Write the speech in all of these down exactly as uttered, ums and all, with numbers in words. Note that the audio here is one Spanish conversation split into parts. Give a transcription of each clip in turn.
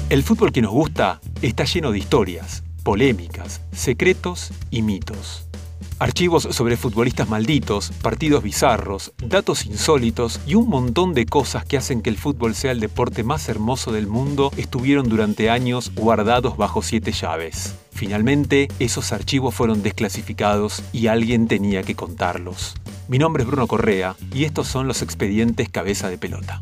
El fútbol que nos gusta está lleno de historias, polémicas, secretos y mitos. Archivos sobre futbolistas malditos, partidos bizarros, datos insólitos y un montón de cosas que hacen que el fútbol sea el deporte más hermoso del mundo estuvieron durante años guardados bajo siete llaves. Finalmente, esos archivos fueron desclasificados y alguien tenía que contarlos. Mi nombre es Bruno Correa y estos son los expedientes Cabeza de Pelota.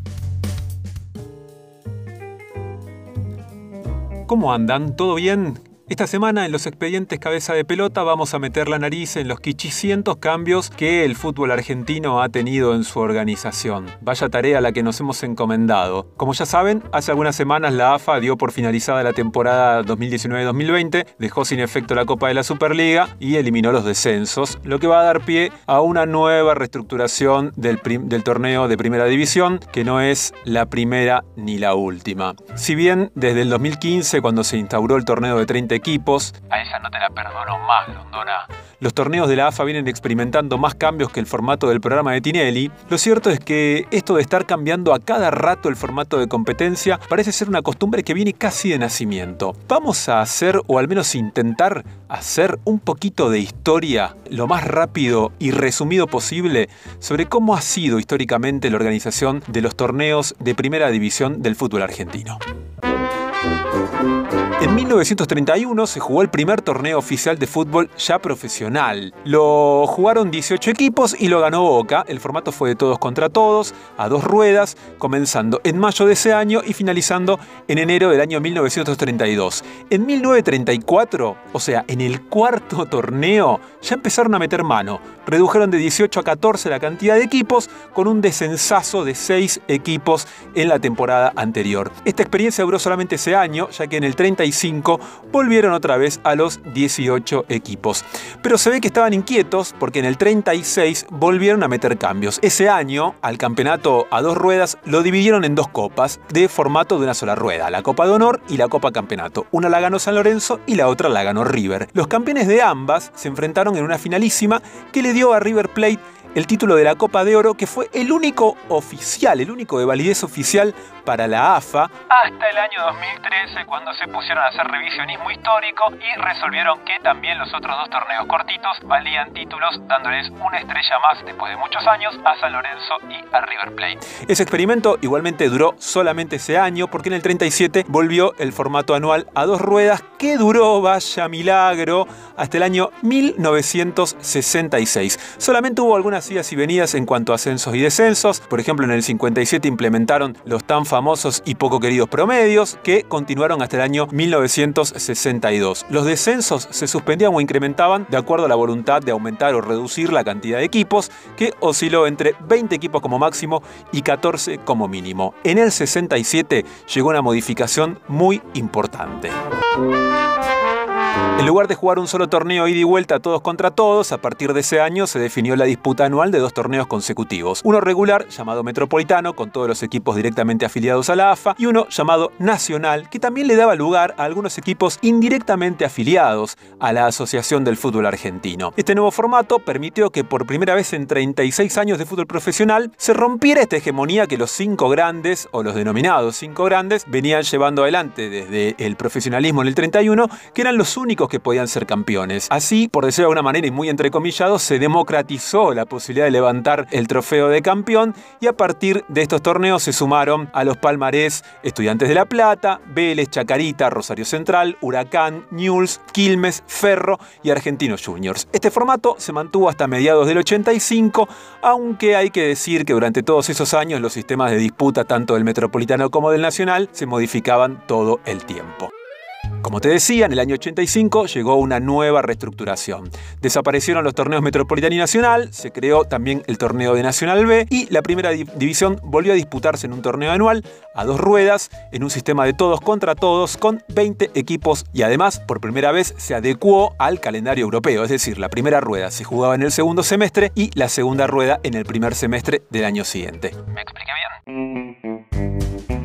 ¿Cómo andan? ¿Todo bien? Esta semana en los expedientes Cabeza de Pelota vamos a meter la nariz en los quichicientos cambios que el fútbol argentino ha tenido en su organización. Vaya tarea la que nos hemos encomendado. Como ya saben, hace algunas semanas la A F A dio por finalizada la temporada dos mil diecinueve dos mil veinte, dejó sin efecto la Copa de la Superliga y eliminó los descensos, lo que va a dar pie a una nueva reestructuración del, del torneo de Primera División, que no es la primera ni la última. Si bien desde el dos mil quince, cuando se instauró el torneo de treinta equipos, a esa no te la perdono más, Londona, los torneos de la A F A vienen experimentando más cambios que el formato del programa de Tinelli, lo cierto es que esto de estar cambiando a cada rato el formato de competencia parece ser una costumbre que viene casi de nacimiento. Vamos a hacer, o al menos intentar hacer, un poquito de historia lo más rápido y resumido posible sobre cómo ha sido históricamente la organización de los torneos de Primera División del fútbol argentino. En mil novecientos treinta y uno se jugó el primer torneo oficial de fútbol ya profesional. Lo jugaron dieciocho equipos y lo ganó Boca. El formato fue de todos contra todos, a dos ruedas, comenzando en mayo de ese año y finalizando en enero del año mil novecientos treinta y dos. En mil novecientos treinta y cuatro, o sea, en el cuarto torneo, ya empezaron a meter mano. Redujeron de dieciocho a catorce la cantidad de equipos, con un descensazo de seis equipos en la temporada anterior. Esta experiencia duró solamente ese año, ya que en el treinta y cinco volvieron otra vez a los dieciocho equipos. Pero se ve que estaban inquietos porque en el treinta y seis volvieron a meter cambios. Ese año, al campeonato a dos ruedas lo dividieron en dos copas de formato de una sola rueda, la Copa de Honor y la Copa Campeonato. Una la ganó San Lorenzo y la otra la ganó River. Los campeones de ambas se enfrentaron en una finalísima que le dio a River Plate el título de la Copa de Oro, que fue el único oficial, el único de validez oficial para la A F A, hasta el año dos mil trece, cuando se pusieron a hacer revisionismo histórico y resolvieron que también los otros dos torneos cortitos valían títulos, dándoles una estrella más después de muchos años a San Lorenzo y a River Plate. Ese experimento igualmente duró solamente ese año, porque en el treinta y siete volvió el formato anual a dos ruedas, que duró, vaya milagro, hasta el año mil novecientos sesenta y seis. Solamente hubo algunas idas y venidas en cuanto a ascensos y descensos. Por ejemplo, en el cincuenta y siete implementaron los tan famosos y poco queridos promedios, que continuaron hasta el año mil novecientos sesenta y dos. Los descensos se suspendían o incrementaban de acuerdo a la voluntad de aumentar o reducir la cantidad de equipos, que osciló entre veinte equipos como máximo y catorce como mínimo. En el sesenta y siete llegó una modificación muy importante. En lugar de jugar un solo torneo ida y vuelta todos contra todos, a partir de ese año se definió la disputa anual de dos torneos consecutivos. Uno regular, llamado Metropolitano, con todos los equipos directamente afiliados a la A F A, y uno llamado Nacional, que también le daba lugar a algunos equipos indirectamente afiliados a la Asociación del Fútbol Argentino. Este nuevo formato permitió que por primera vez en treinta y seis años de fútbol profesional se rompiera esta hegemonía que los cinco grandes, o los denominados cinco grandes, venían llevando adelante desde el profesionalismo en el treinta y uno, que eran los únicos que podían ser campeones. Así, por decirlo de alguna manera y muy entrecomillado, se democratizó la posibilidad de levantar el trofeo de campeón, y a partir de estos torneos se sumaron a los palmarés Estudiantes de La Plata, Vélez, Chacarita, Rosario Central, Huracán, Newell's, Quilmes, Ferro y Argentinos Juniors. Este formato se mantuvo hasta mediados del ochenta y cinco, aunque hay que decir que durante todos esos años los sistemas de disputa tanto del Metropolitano como del Nacional se modificaban todo el tiempo. Como te decía, en el año ochenta y cinco llegó una nueva reestructuración. Desaparecieron los torneos Metropolitano y Nacional, se creó también el torneo de Nacional B y la Primera División volvió a disputarse en un torneo anual a dos ruedas, en un sistema de todos contra todos, con veinte equipos, y además por primera vez se adecuó al calendario europeo, es decir, la primera rueda se jugaba en el segundo semestre y la segunda rueda en el primer semestre del año siguiente. ¿Me expliqué bien?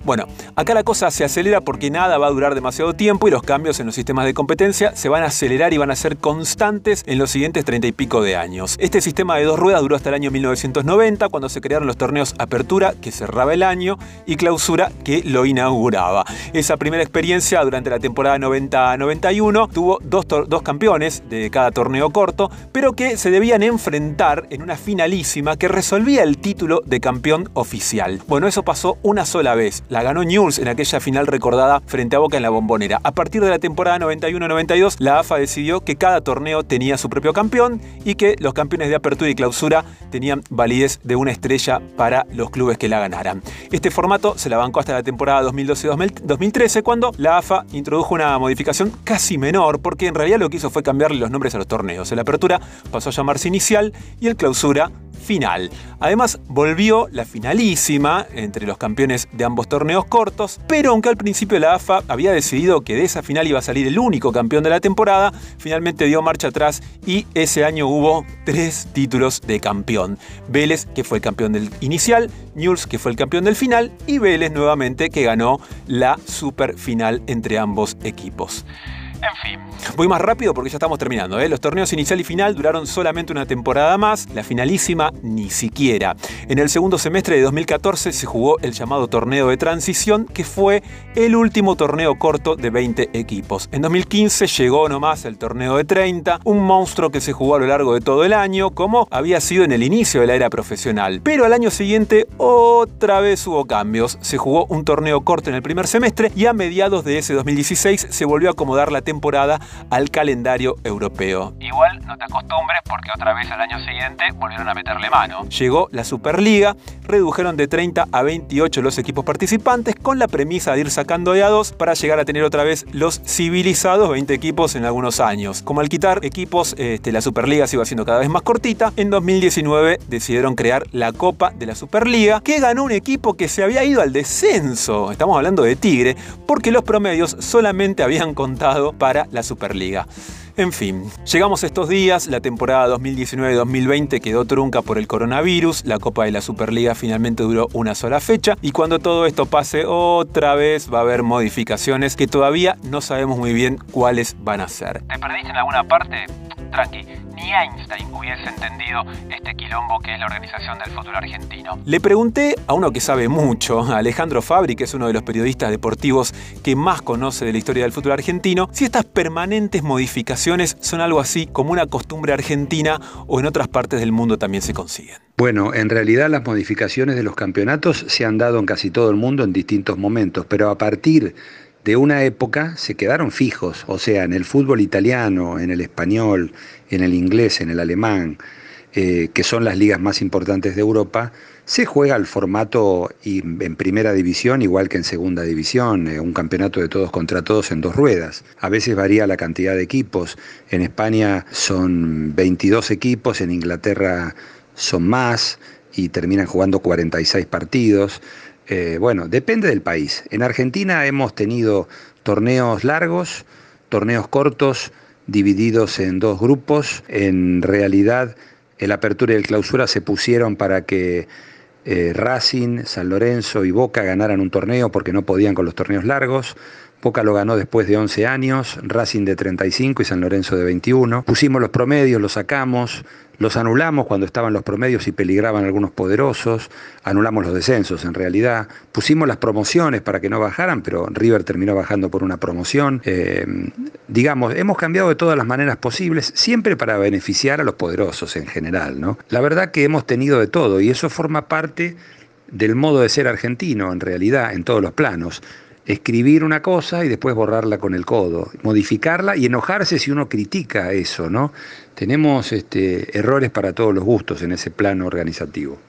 Bueno, acá la cosa se acelera porque nada va a durar demasiado tiempo y los cambios en los sistemas de competencia se van a acelerar y van a ser constantes en los siguientes treinta y pico de años. Este sistema de dos ruedas duró hasta el año mil novecientos noventa, cuando se crearon los torneos Apertura, que cerraba el año, y Clausura, que lo inauguraba. Esa primera experiencia durante la temporada noventa noventa y uno tuvo dos, dos campeones de cada torneo corto, pero que se debían enfrentar en una finalísima que resolvía el título de campeón oficial. Bueno, eso pasó una sola vez. La ganó Newell's en aquella final recordada frente a Boca en la Bombonera. A partir de la temporada noventa y uno noventa y dos, la A F A decidió que cada torneo tenía su propio campeón y que los campeones de Apertura y Clausura tenían validez de una estrella para los clubes que la ganaran. Este formato se la bancó hasta la temporada dos mil doce dos mil trece, cuando la A F A introdujo una modificación casi menor, porque en realidad lo que hizo fue cambiarle los nombres a los torneos. El Apertura pasó a llamarse Inicial y el Clausura Final. Además, volvió la finalísima entre los campeones de ambos torneos cortos, pero aunque al principio la A F A había decidido que de esa final iba a salir el único campeón de la temporada, finalmente dio marcha atrás y ese año hubo tres títulos de campeón. Vélez, que fue el campeón del Inicial, Newell's, que fue el campeón del Final, y Vélez nuevamente, que ganó la super final entre ambos equipos. En fin. Voy más rápido porque ya estamos terminando, ¿eh? Los torneos Inicial y Final duraron solamente una temporada más, la finalísima ni siquiera. En el segundo semestre de dos mil catorce se jugó el llamado torneo de transición, que fue el último torneo corto de veinte equipos. En dos mil quince llegó nomás el torneo de treinta, un monstruo que se jugó a lo largo de todo el año, como había sido en el inicio de la era profesional. Pero al año siguiente otra vez hubo cambios. Se jugó un torneo corto en el primer semestre y a mediados de ese dos mil dieciséis se volvió a acomodar la temporada al calendario europeo. Igual no te acostumbres porque otra vez al año siguiente volvieron a meterle mano. Llegó la Superliga, redujeron de treinta a veintiocho los equipos participantes con la premisa de ir sacando de a dos para llegar a tener otra vez los civilizados veinte equipos en algunos años. Como al quitar equipos, este, la Superliga se iba haciendo cada vez más cortita. En dos mil diecinueve decidieron crear la Copa de la Superliga, que ganó un equipo que se había ido al descenso. Estamos hablando de Tigre, porque los promedios solamente habían contado para la Superliga. En fin, llegamos a estos días, la temporada dos mil diecinueve dos mil veinte quedó trunca por el coronavirus, la Copa de la Superliga finalmente duró una sola fecha y cuando todo esto pase otra vez va a haber modificaciones que todavía no sabemos muy bien cuáles van a ser. ¿Te perdiste en alguna parte? Tranqui, ni Einstein hubiese entendido este quilombo que es la Organización del Fútbol Argentino. Le pregunté a uno que sabe mucho, a Alejandro Fabri, que es uno de los periodistas deportivos que más conoce de la historia del fútbol argentino, si estas permanentes modificaciones son algo así como una costumbre argentina o en otras partes del mundo también se consiguen. Bueno, en realidad las modificaciones de los campeonatos se han dado en casi todo el mundo en distintos momentos, pero a partir de una época se quedaron fijos, o sea, en el fútbol italiano, en el español, en el inglés, en el alemán, eh, que son las ligas más importantes de Europa, se juega el formato en primera división igual que en segunda división, eh, un campeonato de todos contra todos en dos ruedas. A veces varía la cantidad de equipos. En España son veintidós equipos, en Inglaterra son más y terminan jugando cuarenta y seis partidos. Eh, bueno, depende del país. En Argentina hemos tenido torneos largos, torneos cortos, divididos en dos grupos. En realidad, el Apertura y el Clausura se pusieron para que eh, Racing, San Lorenzo y Boca ganaran un torneo porque no podían con los torneos largos. Boca lo ganó después de once años, Racing de treinta y cinco y San Lorenzo de veintiuno. Pusimos los promedios, los sacamos, los anulamos cuando estaban los promedios y peligraban algunos poderosos, anulamos los descensos en realidad. Pusimos las promociones para que no bajaran, pero River terminó bajando por una promoción. Eh, digamos, hemos cambiado de todas las maneras posibles, siempre para beneficiar a los poderosos en general, ¿no? La verdad que hemos tenido de todo y eso forma parte del modo de ser argentino en realidad, en todos los planos. Escribir una cosa y después borrarla con el codo, modificarla y enojarse si uno critica eso, ¿no? Tenemos este, errores para todos los gustos en ese plano organizativo.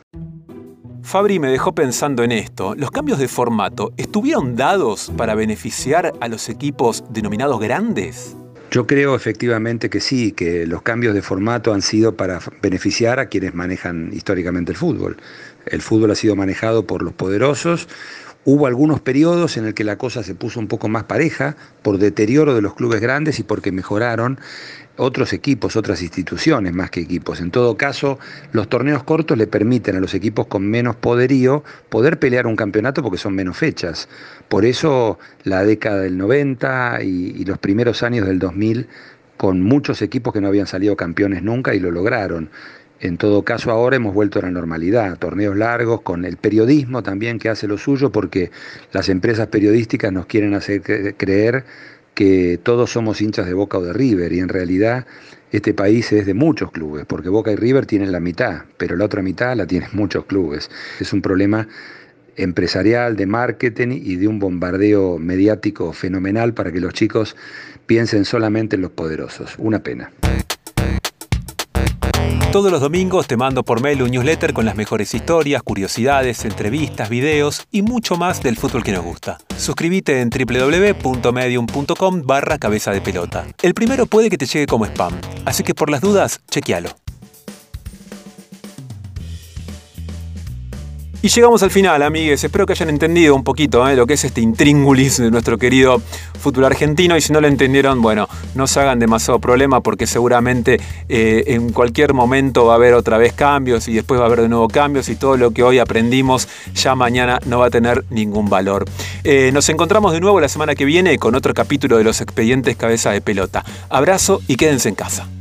Fabri me dejó pensando en esto. ¿Los cambios de formato estuvieron dados para beneficiar a los equipos denominados grandes? Yo creo efectivamente que sí, que los cambios de formato han sido para beneficiar a quienes manejan históricamente el fútbol. El fútbol ha sido manejado por los poderosos. Hubo algunos periodos en el que la cosa se puso un poco más pareja por deterioro de los clubes grandes y porque mejoraron otros equipos, otras instituciones más que equipos. En todo caso, los torneos cortos le permiten a los equipos con menos poderío poder pelear un campeonato porque son menos fechas. Por eso la década del noventa y, y los primeros años del dos mil, con muchos equipos que no habían salido campeones nunca y lo lograron. En todo caso, ahora hemos vuelto a la normalidad, torneos largos, con el periodismo también que hace lo suyo, porque las empresas periodísticas nos quieren hacer creer que todos somos hinchas de Boca o de River, y en realidad este país es de muchos clubes, porque Boca y River tienen la mitad, pero la otra mitad la tienen muchos clubes. Es un problema empresarial, de marketing y de un bombardeo mediático fenomenal para que los chicos piensen solamente en los poderosos. Una pena. Todos los domingos te mando por mail un newsletter con las mejores historias, curiosidades, entrevistas, videos y mucho más del fútbol que nos gusta. Suscríbete en doble u doble u doble u punto medium punto com barra cabeza de pelota. El primero puede que te llegue como spam, así que por las dudas, chequealo. Y llegamos al final, amigues. Espero que hayan entendido un poquito ¿eh? lo que es este intríngulis de nuestro querido fútbol argentino. Y si no lo entendieron, bueno, no se hagan demasiado problema, porque seguramente eh, en cualquier momento va a haber otra vez cambios y después va a haber de nuevo cambios, y todo lo que hoy aprendimos ya mañana no va a tener ningún valor. Eh, nos encontramos de nuevo la semana que viene con otro capítulo de los Expedientes Cabeza de Pelota. Abrazo y quédense en casa.